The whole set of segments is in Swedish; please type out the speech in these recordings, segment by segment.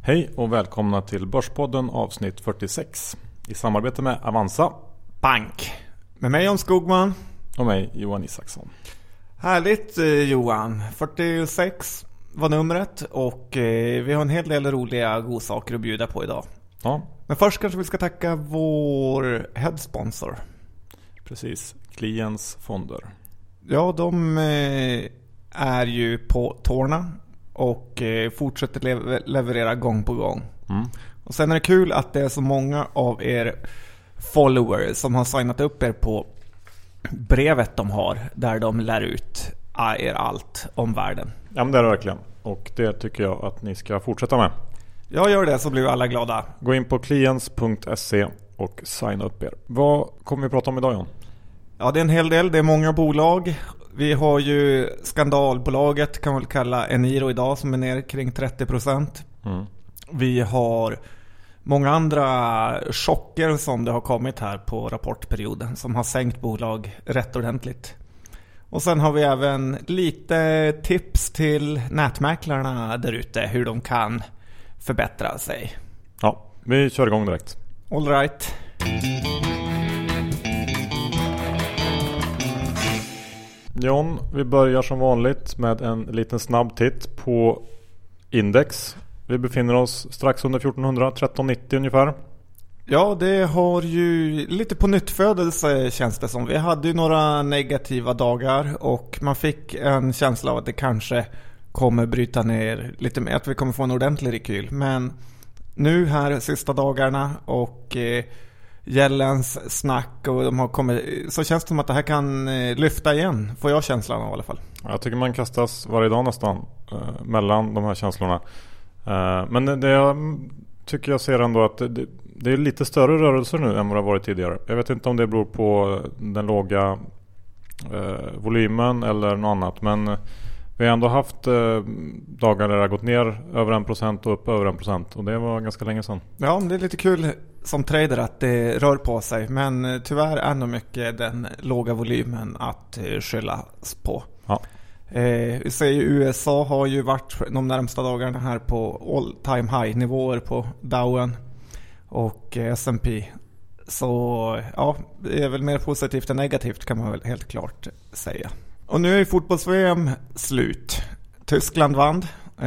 Hej och välkomna till Börspodden avsnitt 46 i samarbete med Avanza Bank. Med mig Jon Skogman. Och mig Johan Isaksson. Härligt Johan. 46 var numret och vi har en hel del roliga godsaker att bjuda på idag. Ja. Men först kanske vi ska tacka vår headsponsor. Precis, Kliens fonder. Ja, de är ju på tårna och fortsätter leverera gång på gång. Och sen är det kul att det är så många av er followers som har signat upp er på brevet de har, där de lär ut er allt om världen. Ja, men det är det verkligen. Och det tycker jag att ni ska fortsätta med. Jag gör det så blir alla glada. Gå in på kliens.se och signa upp er. Vad kommer vi prata om idag, Jon? Ja, det är en hel del. Det är många bolag. Vi har ju skandalbolaget, kan man väl kalla Eniro idag, som är ner kring 30%. Vi har många andra chocker som det har kommit här på rapportperioden som har sänkt bolag rätt ordentligt. Och sen har vi även lite tips till nätmäklarna där ute, hur de kan förbättra sig. Ja, vi kör igång direkt. All right. Jon, vi börjar som vanligt med en liten snabb titt på index. Vi befinner oss strax under 1400, 1390 ungefär. Ja, det har ju lite på nyttfödelse känns det som. Vi hade ju några negativa dagar och man fick en känsla av att det kanske kommer bryta ner lite mer, att vi kommer få en ordentlig rekyl. Men nu här sista dagarna och Jellens snack och de har kommit, så känns det som att det här kan lyfta igen, får jag känslan av i alla fall. Jag tycker man kastas varje dag nästan mellan de här känslorna. Men det jag tycker jag ser ändå att det är lite större rörelser nu än vad det har varit tidigare. Jag vet inte om det beror på den låga volymen eller något annat. Men vi har ändå haft dagar där det har gått ner över 1% och upp över 1%. Och det var ganska länge sedan. Ja, det är lite kul som trader att det rör på sig. Men tyvärr är nog mycket den låga volymen att skyllas på. Ja. Vi ser ju USA har ju varit de närmsta dagarna här på all time high nivåer på Dowen och S&P. Så ja, det är väl mer positivt än negativt kan man väl helt klart säga. Och nu är ju fotbolls-VM slut. Tyskland vann,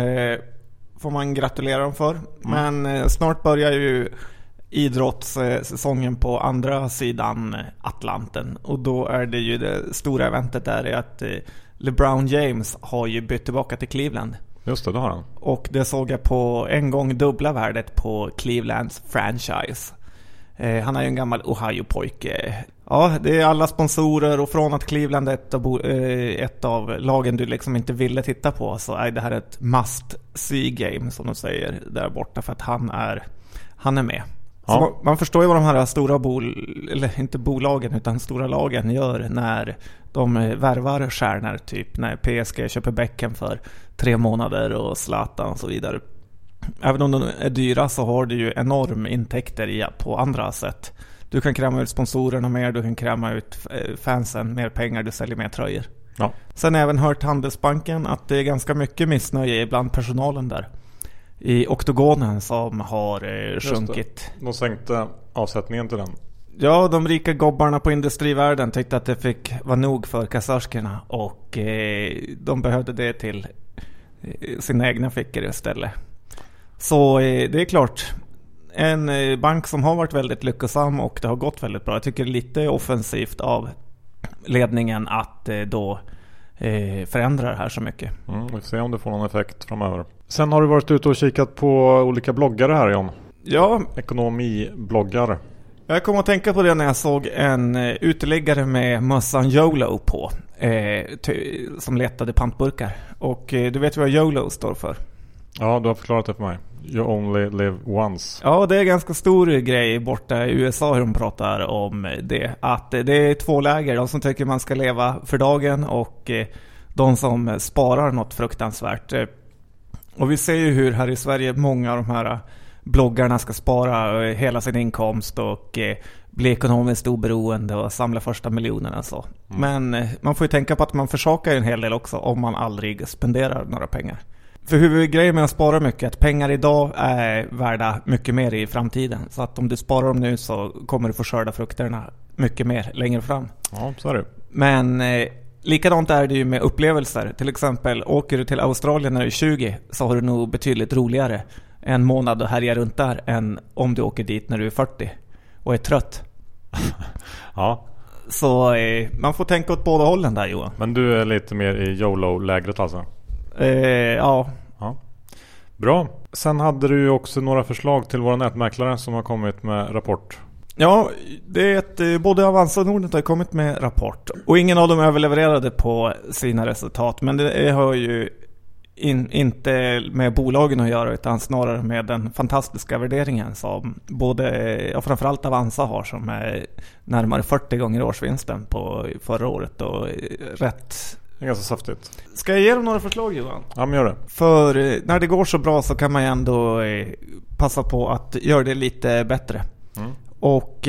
får man gratulera dem för. Men snart börjar ju idrottssäsongen på andra sidan Atlanten. Och då är det ju det stora eventet där är att LeBron James har ju bytt tillbaka till Cleveland. Just det har han. Och det såg jag på en gång dubbla värdet på Clevelands franchise. Han är ju en gammal Ohio-pojke. Ja, det är alla sponsorer och från att Cleveland är ett av lagen du liksom inte ville titta på, så är det här ett must-see-game som de säger där borta, för att han är med. Ja. Så man förstår ju vad de här stora eller inte bolagen utan stora lagen gör när de värvar stjärnor, typ när PSG köper Beckham för 3 månader och Zlatan och så vidare. Även om de är dyra så har du ju enorm intäkter på andra sätt. Du kan kräma ut sponsorerna mer, du kan kräma ut fansen mer pengar, du säljer mer tröjor. Ja. Sen har jag även hört Handelsbanken att det är ganska mycket missnöje bland personalen där i oktogonen som har sjunkit. De sänkte avsättningen till den. Ja, de rika gobbarna på industrivärlden tyckte att det fick vara nog för kassörskorna och de behövde det till sina egna fickor istället. Så det är klart, en bank som har varit väldigt lyckosam och det har gått väldigt bra. Jag tycker lite offensivt av ledningen att då förändra det här så mycket. Vi får se om det får någon effekt framöver. Sen har du varit ute och kikat på olika bloggare här, Jon. Ja. Ekonomibloggar. Jag kom att tänka på det när jag såg en uteliggare med mössan YOLO på som letade pantburkar. Och du vet vad YOLO står för? Ja, du har förklarat det för mig. You only live once. Ja, det är en ganska stor grej borta i USA hur de pratar om det. Att det är 2 läger. De som tycker man ska leva för dagen och de som sparar något fruktansvärt. Och vi ser ju hur här i Sverige många av de här bloggarna ska spara hela sin inkomst och bli ekonomiskt oberoende och samla första miljonerna. Så. Men man får ju tänka på att man försakar en hel del också om man aldrig spenderar några pengar. För huvudgrejen med att spara mycket är att pengar idag är värda mycket mer i framtiden. Så att om du sparar dem nu så kommer du få skörda frukterna mycket mer längre fram. Ja, så är det. Men likadant är det ju med upplevelser. Till exempel åker du till Australien när du är 20 så har du nog betydligt roligare en månad och härja runt där än om du åker dit när du är 40 och är trött. Ja. Så man får tänka åt båda hållen där, Johan. Men du är lite mer i YOLO-lägret alltså? Ja. Bra. Sen hade du ju också några förslag till våra nätmäklare som har kommit med rapport. Ja, det är både Avanza och Nordnet har kommit med rapport. Och ingen av dem överlevererade på sina resultat. Men det har ju inte med bolagen att göra utan snarare med den fantastiska värderingen som framförallt Avanza har, som är närmare 40 gånger årsvinsten på förra året och rätt. Det är ganska saftigt. Ska jag ge dem några förslag, Johan? Ja, men gör det. För när det går så bra så kan man ju ändå passa på att göra det lite bättre. Och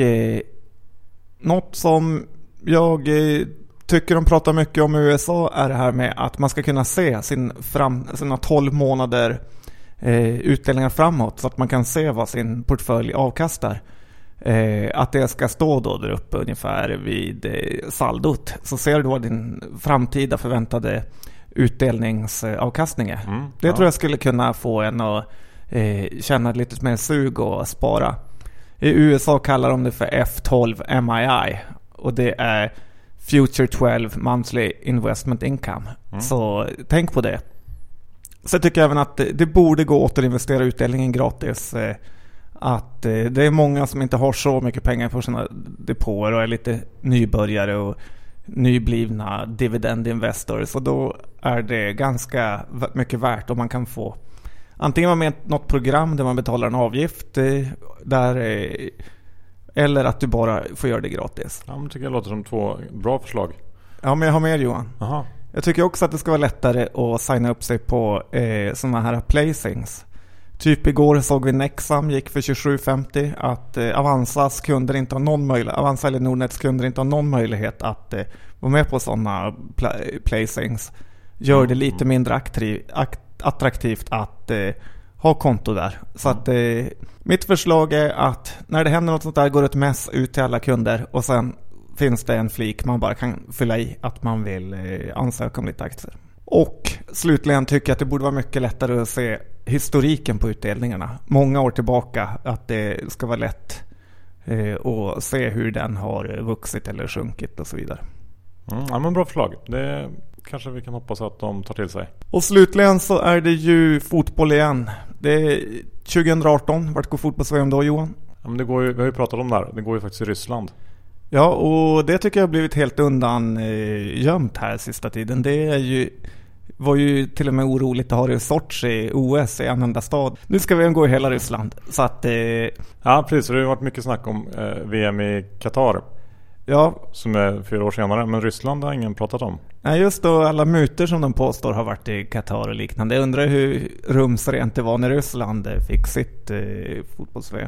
något som jag tycker de pratar mycket om i USA är det här med att man ska kunna se sina 12 månader utdelningar framåt så att man kan se vad sin portfölj avkastar. Att det ska stå då där uppe ungefär vid saldot, så ser du då din framtida förväntade utdelningsavkastning. Det tror jag skulle kunna få en att känna lite mer sug och spara. I USA kallar de det för F12 MII och det är Future 12 Monthly Investment Income. Så tänk på det. Så tycker jag även att det borde gå att återinvestera utdelningen gratis. Att det är många som inte har så mycket pengar på sina depåer och är lite nybörjare och nyblivna dividendinvestors. Så då är det ganska mycket värt om man kan få antingen vara med i något program där man betalar en avgift eller att du bara får göra det gratis. Ja, men tycker jag låter som 2 bra förslag. Ja, men jag har med, Johan. Aha. Jag tycker också att det ska vara lättare att signa upp sig på sådana här placings. Typ igår såg vi Nexam gick för 27,50, att Avanzas kunder inte har någon möjlighet, Avanza eller Nordnets kunder inte har någon möjlighet att vara med på sådana placings. Gör det lite mindre attraktivt att ha konto där. Så att mitt förslag är att när det händer något sånt där går ett mess ut till alla kunder och sen finns det en flik man bara kan fylla i att man vill ansöka om lite aktier. Och slutligen tycker jag att det borde vara mycket lättare att se historiken på utdelningarna många år tillbaka, att det ska vara lätt att se hur den har vuxit eller sjunkit och så vidare. Ja, men bra förslag. Det kanske vi kan hoppas att de tar till sig. Och slutligen så är det ju fotboll igen. Det är 2018. Vart går fotbolls-VM då, Johan? Ja, men det går ju, vi har ju pratat om det här. Det går ju faktiskt i Ryssland. Ja, och det tycker jag har blivit helt undan gömt här sista tiden. Det var ju till och med oroligt att ha det Sochi OS i en enda stad. Nu ska vi gå i hela Ryssland. Så att, ja, precis. Det har varit mycket snack om VM i Qatar. Ja. Som är 4 år senare. Men Ryssland har ingen pratat om. Nej, just då alla mutor som de påstår har varit i Qatar och liknande. Jag undrar hur rumsrent det var när Ryssland fick sitt fotbolls-VM.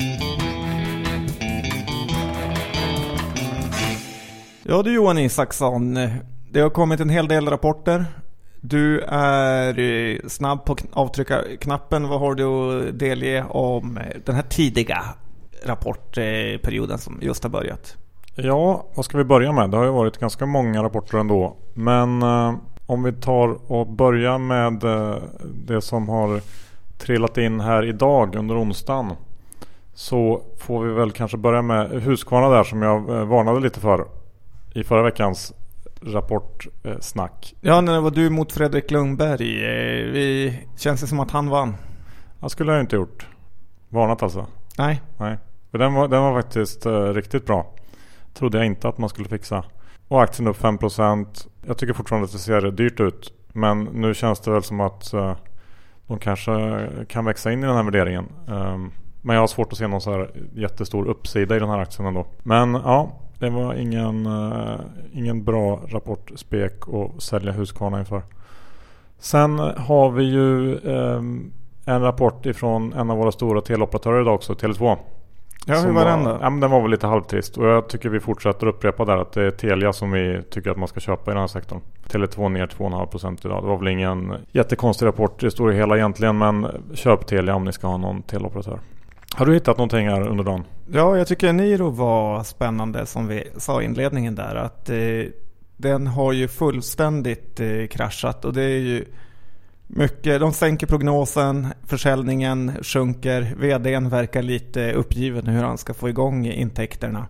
Ja du, Johan Isaksson, det har kommit en hel del rapporter. Du är snabb på avtrycka-knappen. Vad har du att delge om den här tidiga rapportperioden som just har börjat? Ja, vad ska vi börja med? Det har ju varit ganska många rapporter ändå. Men om vi tar och börjar med det som har trillat in här idag under onsdagen, så får vi väl kanske börja med Husqvarna där som jag varnade lite för i förra veckans rapportsnack. Ja, när det var du mot Fredrik Lundberg. Vi känns det som att han vann. Jag skulle jag inte gjort. Varnat alltså. Nej. För den var faktiskt riktigt bra. Trodde jag inte att man skulle fixa. Och aktien upp 5%. Jag tycker fortfarande att det ser dyrt ut. Men nu känns det väl som att de kanske kan växa in i den här värderingen. Men jag har svårt att se någon så här jättestor uppsida i den här aktien ändå. Men ja, det var ingen bra rapportspek att sälja Husqvarna inför. Sen har vi ju en rapport ifrån en av våra stora teleoperatörer idag också, Tele2. Ja, hur var den då? Ja, men den var väl lite halvtrist. Och jag tycker vi fortsätter upprepa där att det är Telia som vi tycker att man ska köpa i den här sektorn. Tele2 ner 2,5% idag. Det var väl ingen jättekonstig rapport i stora hela egentligen, men köp Telia om ni ska ha någon teleoperatör. Har du hittat någonting här under dagen? Ja, jag tycker Eniro var spännande som vi sa i inledningen där. Att den har ju fullständigt kraschat och det är ju mycket, de sänker prognosen, försäljningen sjunker, vdn verkar lite uppgiven hur han ska få igång intäkterna.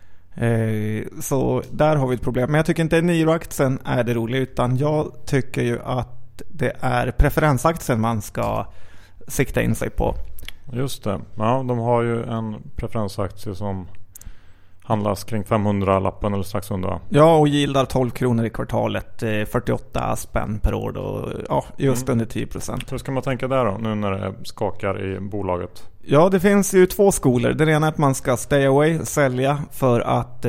Så där har vi ett problem. Men jag tycker inte Eniro-aktien är det roliga, utan jag tycker ju att det är preferensaktien man ska sikta in sig på. Just det. Ja, de har ju en preferensaktie som handlas kring 500-lappen eller strax under. Ja, och gildar 12 kronor i kvartalet, 48 spänn per år då, ja, just under 10%. Hur ska man tänka där då, nu när det skakar i bolaget? Ja, det finns ju två skolor. Det ena är att man ska stay away, sälja för att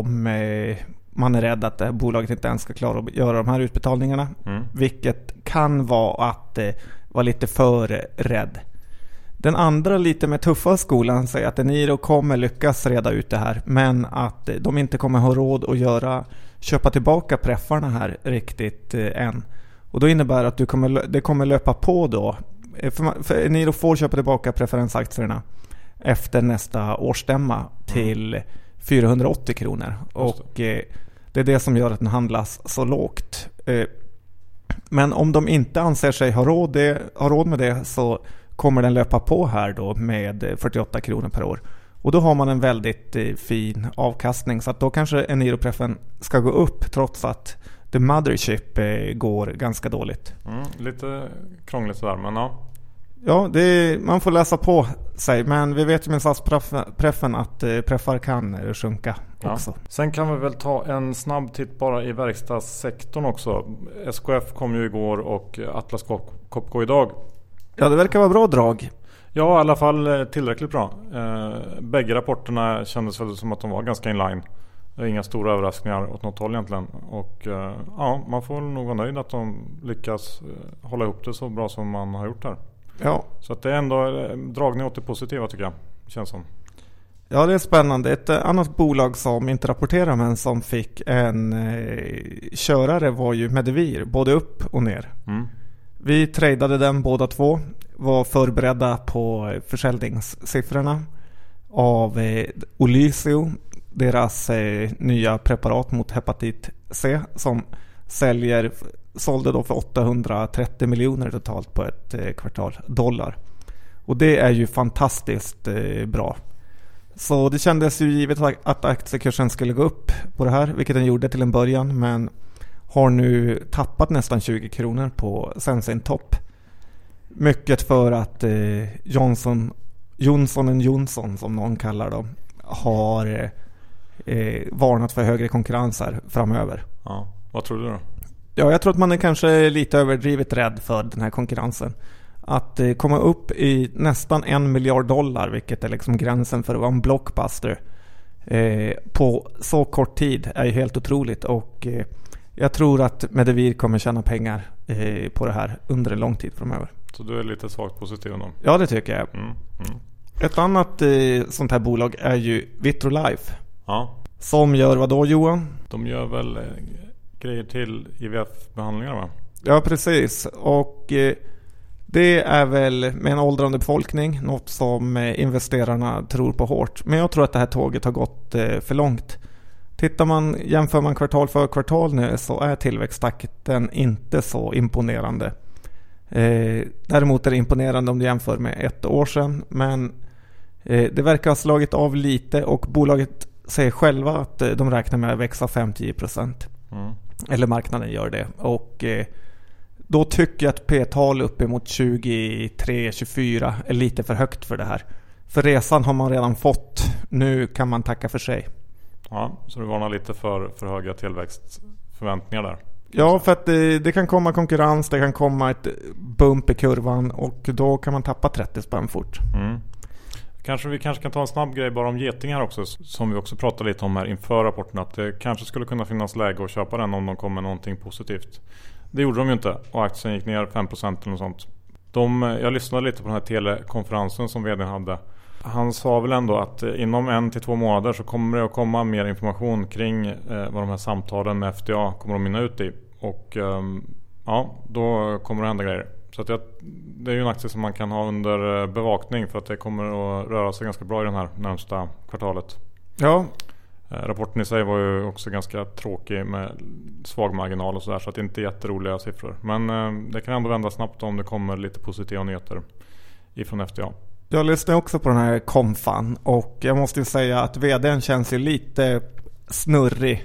man är rädd att bolaget inte ens ska klara att göra de här utbetalningarna. Vilket kan vara att vara lite för rädd. Den andra lite med tuffa skolan säger att Eniro kommer lyckas reda ut det här, men att de inte kommer ha råd att köpa tillbaka preffarna här riktigt än. Och då innebär att det kommer löpa på då. För Eniro får köpa tillbaka preferensaktierna efter nästa årsstämma till 480 kronor. Och det är det som gör att den handlas så lågt. Men om de inte anser sig ha råd med det, så kommer den löpa på här då med 48 kronor per år. Och då har man en väldigt fin avkastning. Så att då kanske Eniro-preffen ska gå upp trots att the mothership går ganska dåligt. Lite krångligt sådär, men ja. Ja, man får läsa på sig. Men vi vet ju med SAS-preffen att preffar kan sjunka också. Ja. Sen kan vi väl ta en snabb titt bara i verkstadssektorn också. SKF kom ju igår och Atlas Copco idag. Ja, det verkar vara bra drag. Ja, i alla fall tillräckligt bra. Bägge rapporterna kändes väl som att de var ganska inline. Inga stora överraskningar åt något håll egentligen. Och ja, man får nog vara nöjd att de lyckas hålla ihop det så bra som man har gjort där. Ja. Så att det är ändå dragning åt det positiva tycker jag. Känns som. Ja, det är spännande. Ett annat bolag som inte rapporterar men som fick en körare var ju Medivir. Både upp och ner. Vi tradade den båda två. Var förberedda på försäljningssiffrorna av Olysio. Deras nya preparat mot hepatit C som sålde då för 830 miljoner totalt på ett kvartal dollar. Och det är ju fantastiskt bra. Så det kändes ju givet att aktiekursen skulle gå upp på det här, vilket den gjorde till en början, men har nu tappat nästan 20 kronor sen sin topp. Mycket för att Johnson som någon kallar dem har varnat för högre konkurrens här framöver. Ja, vad tror du då? Ja, jag tror att man är kanske lite överdrivet rädd för den här konkurrensen. Att komma upp i nästan $1 miljard, vilket är liksom gränsen för att vara en blockbuster på så kort tid är ju helt otroligt. Och jag tror att Medivir kommer tjäna pengar på det här under en lång tid framöver. Så du är lite svagt positiv då? Ja, det tycker jag. Ett annat sånt här bolag är ju Vitrolife. Ja. Som gör vad då, Johan? De gör väl grejer till IVF-behandlingar, va? Ja, precis. Och det är väl med en åldrande befolkning något som investerarna tror på hårt. Men jag tror att det här tåget har gått för långt. Jämför man kvartal för kvartal nu, så är tillväxttakten inte så imponerande. Däremot är det imponerande om du jämför med ett år sedan. Men det verkar ha slagit av lite, och bolaget säger själva att de räknar med att växa 5-10%. Eller marknaden gör det. Och då tycker jag att P-tal uppemot 23-24 är lite för högt för det här. För resan har man redan fått. Nu kan man tacka för sig. Ja, så du varnar lite för höga tillväxtförväntningar där. Ja, för att det kan komma konkurrens, det kan komma ett bump i kurvan, och då kan man tappa 30 spänn fort. Vi kanske kan ta en snabb grej bara om Geting här också, som vi också pratade lite om här inför rapporten, att det kanske skulle kunna finnas läge att köpa den om de kommer någonting positivt. Det gjorde de ju inte, och aktien gick ner 5% eller något sånt. Jag lyssnade lite på den här telekonferensen som vdn hade, Han sa väl ändå att inom 1 till 2 månader så kommer det att komma mer information kring vad de här samtalen med FDA kommer att mynna ut i. Och då kommer det hända grejer. Så att det är ju en aktie som man kan ha under bevakning för att det kommer att röra sig ganska bra i den här närmsta kvartalet. Ja. Rapporten i sig var ju också ganska tråkig med svag marginal och sådär, så att det inte är jätteroliga siffror. Men det kan ändå vända snabbt om det kommer lite positiva nyheter ifrån FDA. Jag lyssnade också på den här konfan och jag måste ju säga att vdn känns ju lite snurrig.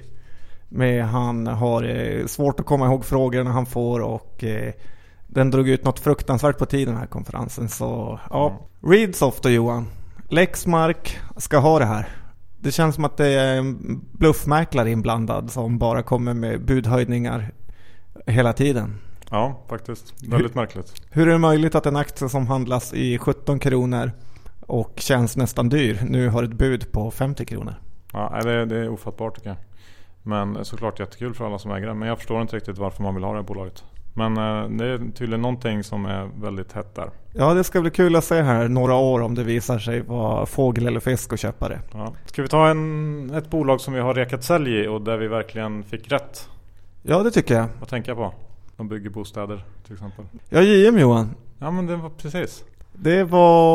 Han har svårt att komma ihåg frågorna han får och den drog ut något fruktansvärt på tiden den här konferensen. Så Readsoft då, Johan. Lexmark ska ha det här. Det känns som att det är en bluffmäklare inblandad som bara kommer med budhöjningar hela tiden. Ja, faktiskt. Väldigt märkligt. Hur är det möjligt att en aktie som handlas i 17 kronor och känns nästan dyr nu har ett bud på 50 kronor? Ja, det är ofattbart tycker jag. Men såklart jättekul för alla som äger det. Men jag förstår inte riktigt varför man vill ha det här bolaget. Men det är tydligen någonting som är väldigt hett där. Ja, det ska bli kul att se här några år om det visar sig vara fågel eller fisk att köpa det. Ja. Ska vi ta ett bolag som vi har rekat sälj i och där vi verkligen fick rätt? Ja, det tycker jag. Vad tänker jag på? De bygger bostäder till exempel. Ja, JM Johan. Ja, men det var precis. Det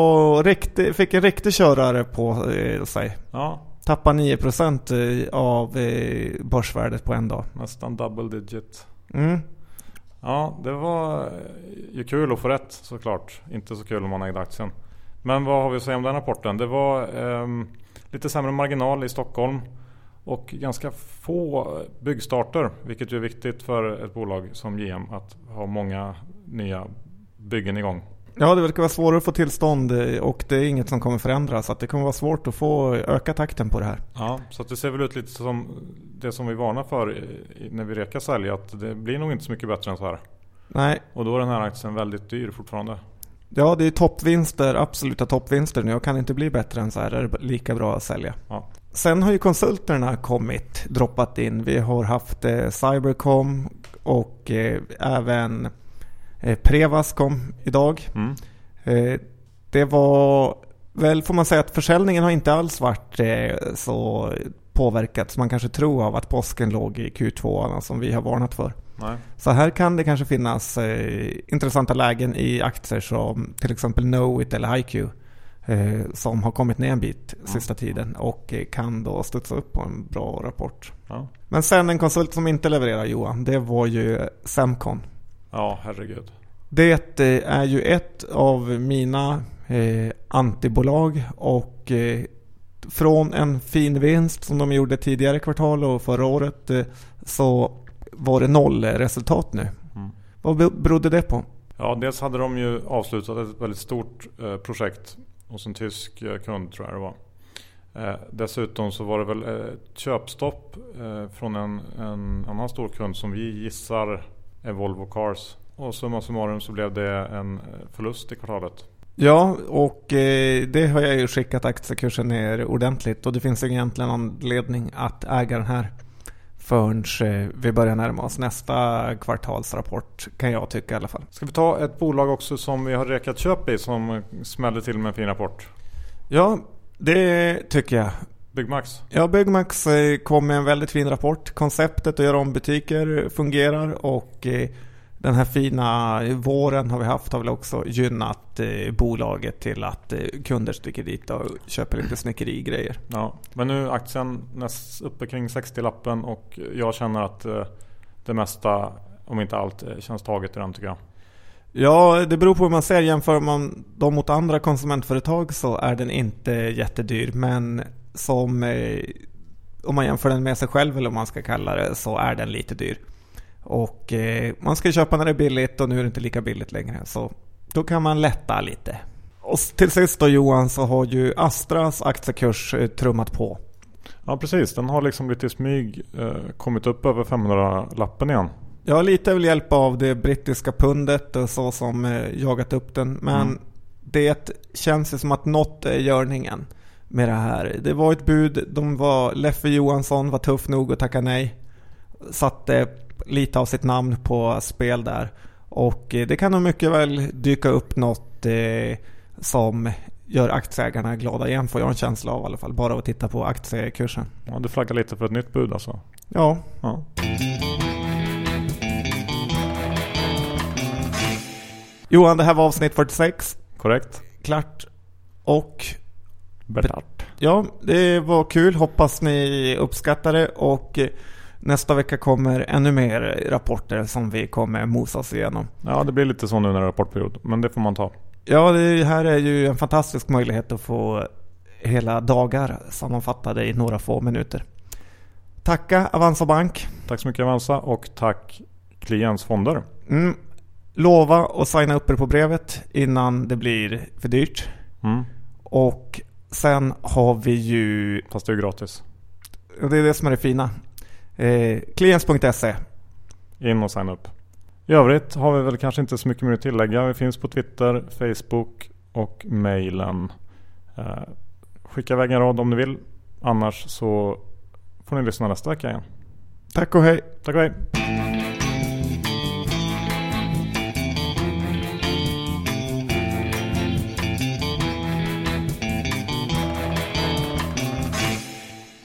var fick en riktig körare på sig. Ja. Tappa 9% av börsvärdet på en dag. Nästan double digit. Mm. Ja, det var ju kul att få rätt såklart. Inte så kul om man ägde aktien. Men vad har vi att säga om den rapporten? Det var lite sämre marginal i Stockholm och ganska få byggstarter, vilket ju är viktigt för ett bolag som JM att ha många nya byggen igång. Ja, det verkar vara svårare att få tillstånd och det är inget som kommer förändras, så att det kommer vara svårt att få öka takten på det här. Ja, så att det ser väl ut lite som det som vi varnar för när vi rekar sälj, att det blir nog inte så mycket bättre än så här. Nej. Och då är den här aktien väldigt dyr fortfarande. Ja, det är toppvinster, absoluta toppvinster nu och kan inte bli bättre än så här. Det är lika bra att sälja. Ja. Sen har ju konsulterna droppat in. Vi har haft Cybercom och även Prevas kom idag. Det var väl, får man säga, att försäljningen har inte alls varit så påverkat som man kanske tror av att påsken låg i Q2 som vi har varnat för. Nej. Så här kan det kanske finnas intressanta lägen i aktier som till exempel Knowit eller HiQ som har kommit ner en bit sista tiden och kan då studsa upp på en bra rapport. Ja. Men sen en konsult som inte levererar, Johan, det var ju Semcon. Ja, herregud. Det är ju ett av mina antibolag och från en fin vinst som de gjorde tidigare kvartal och förra året så var det 0 resultat nu. Vad berodde det på? Ja, dels hade de ju avslutat ett väldigt stort projekt hos en tysk kund, tror jag det var. Dessutom så var det väl ett köpstopp från en annan stor kund som vi gissar är Volvo Cars. Och summa summarum så blev det en förlust i kvartalet. Ja, och det har jag ju skickat aktiekursen ner ordentligt. Och det finns egentligen anledning att äga den här förrän vi börjar närma oss nästa kvartalsrapport, kan jag tycka i alla fall. Ska vi ta ett bolag också som vi har rekat köp i som smällde till med en fin rapport? Ja, det tycker jag. Byggmax? Ja, Byggmax kom med en väldigt fin rapport. Konceptet att göra om butiker fungerar och den här fina våren har väl också gynnat bolaget till att kunder sticker dit och köper lite snickerigrejer. Ja, men nu är aktien uppe kring 60-lappen och jag känner att det mesta, om inte allt, känns taget i den, tycker jag. Ja, det beror på hur man ser. Jämför man dem mot andra konsumentföretag så är den inte jättedyr, men som om man jämför den med sig själv eller om man ska kalla det, så är den lite dyr. Och man ska köpa när det är billigt och nu är det inte lika billigt längre. Så då kan man lätta lite. Och till sist då, Johan, så har ju Astras aktiekurs trummat på. Ja, precis. Den har liksom lite smyg kommit upp över 500-lappen igen. Ja, lite väl hjälp av det brittiska pundet och så som jagat upp den. Men det känns ju som att något är görningen med det här. Det var ett bud. Leffe Johansson var tuff nog att tacka nej. Satte lite av sitt namn på spel där. Och det kan nog mycket väl dyka upp något som gör aktieägarna glada igen, får jag en känsla av i alla fall. Bara att titta på aktiekursen. Ja, du flaggar lite för ett nytt bud alltså. Ja. Johan, det här var avsnitt 46. Korrekt. Klart. Och Betart. ja, det var kul. Hoppas ni uppskattar det. Och nästa vecka kommer ännu mer rapporter som vi kommer mosa oss igenom. Ja, det blir lite så nu när rapportperiod. Men det får man ta. Ja, det här är ju en fantastisk möjlighet att få hela dagar sammanfattade i några få minuter. Tacka Avanza Bank. Tack så mycket Avanza och tack Klientsfonder. Lova att signa upp er på brevet innan det blir för dyrt. Och sen har vi ju... Fast det är gratis. Och det är det som är det fina. Klients.se. In och signa upp. I övrigt har vi väl kanske inte så mycket mer att tillägga. Vi finns på Twitter, Facebook och mejlen. Skicka iväg en rad om ni vill. Annars så får ni lyssna nästa vecka igen. Tack och hej. Tack och hej.